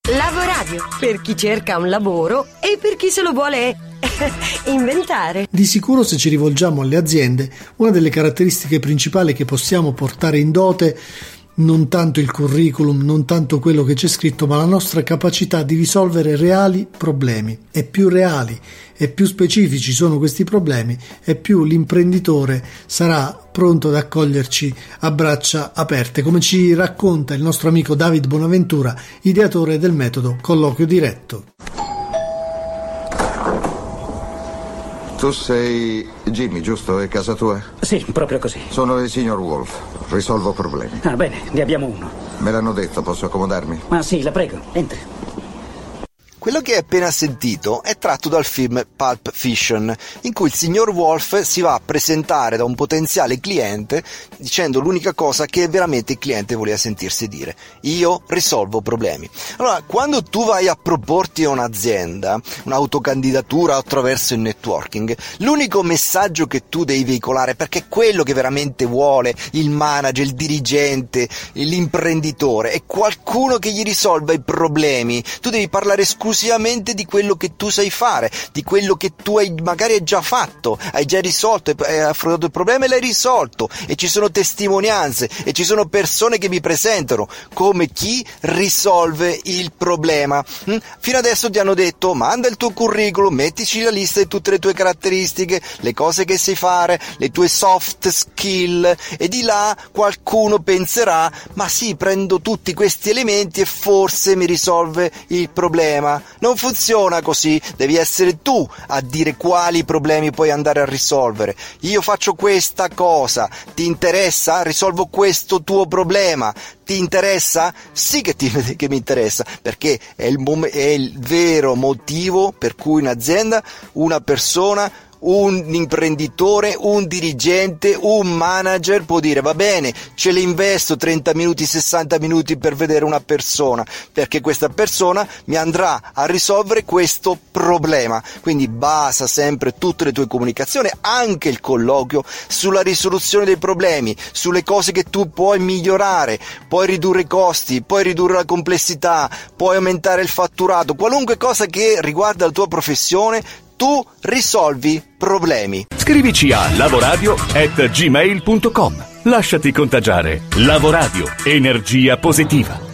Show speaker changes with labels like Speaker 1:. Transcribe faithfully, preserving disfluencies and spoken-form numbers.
Speaker 1: Lavoradio, per chi cerca un lavoro e per chi se lo vuole inventare.
Speaker 2: Di sicuro, se ci rivolgiamo alle aziende, una delle caratteristiche principali che possiamo portare in dote non tanto il curriculum, non tanto quello che c'è scritto, ma la nostra capacità di risolvere reali problemi. E più reali e più specifici sono questi problemi, e più l'imprenditore sarà pronto ad accoglierci a braccia aperte, come ci racconta il nostro amico David Bonaventura, ideatore del metodo Colloquio Diretto.
Speaker 3: Tu sei Jimmy, giusto? È casa tua?
Speaker 4: Sì, proprio così.
Speaker 3: Sono il signor Wolf. Risolvo problemi.
Speaker 4: Ah, bene, ne abbiamo uno.
Speaker 3: Me l'hanno detto, posso accomodarmi?
Speaker 4: Ah, sì, la prego, entri.
Speaker 5: Quello che hai appena sentito è tratto dal film Pulp Fiction, in cui il signor Wolf si va a presentare da un potenziale cliente dicendo l'unica cosa che veramente il cliente voleva sentirsi dire: io risolvo problemi. Allora, quando tu vai a proporti a un'azienda, un'autocandidatura attraverso il networking, l'unico messaggio che tu devi veicolare, perché è quello che veramente vuole il manager, il dirigente, l'imprenditore, è qualcuno che gli risolva i problemi. Tu devi parlare esclusivamente esclusivamente di quello che tu sai fare, di quello che tu hai magari hai già fatto, hai già risolto, hai affrontato il problema e l'hai risolto, e ci sono testimonianze e ci sono persone che mi presentano come chi risolve il problema. hm? Fino adesso ti hanno detto: manda il tuo curriculum, mettici la lista di tutte le tue caratteristiche, le cose che sai fare, le tue soft skill, e di là qualcuno penserà: ma sì, prendo tutti questi elementi e forse mi risolve il problema. Non funziona così, devi essere tu a dire quali problemi puoi andare a risolvere. Io faccio questa cosa, ti interessa? Risolvo questo tuo problema. Ti interessa? Sì che, ti, che mi interessa, perché è il, mom- è il vero motivo per cui un'azienda, una persona, un imprenditore, un dirigente, un manager può dire: va bene, ce le investo trenta minuti, sessanta minuti per vedere una persona, perché questa persona mi andrà a risolvere questo problema. Quindi basa sempre tutte le tue comunicazioni, anche il colloquio, sulla risoluzione dei problemi, sulle cose che tu puoi migliorare, puoi ridurre i costi, puoi ridurre la complessità, puoi aumentare il fatturato, qualunque cosa che riguarda la tua professione. Tu risolvi problemi.
Speaker 6: Scrivici a lavoradio at gmail punto com. Lasciati contagiare. Lavoradio. Energia positiva.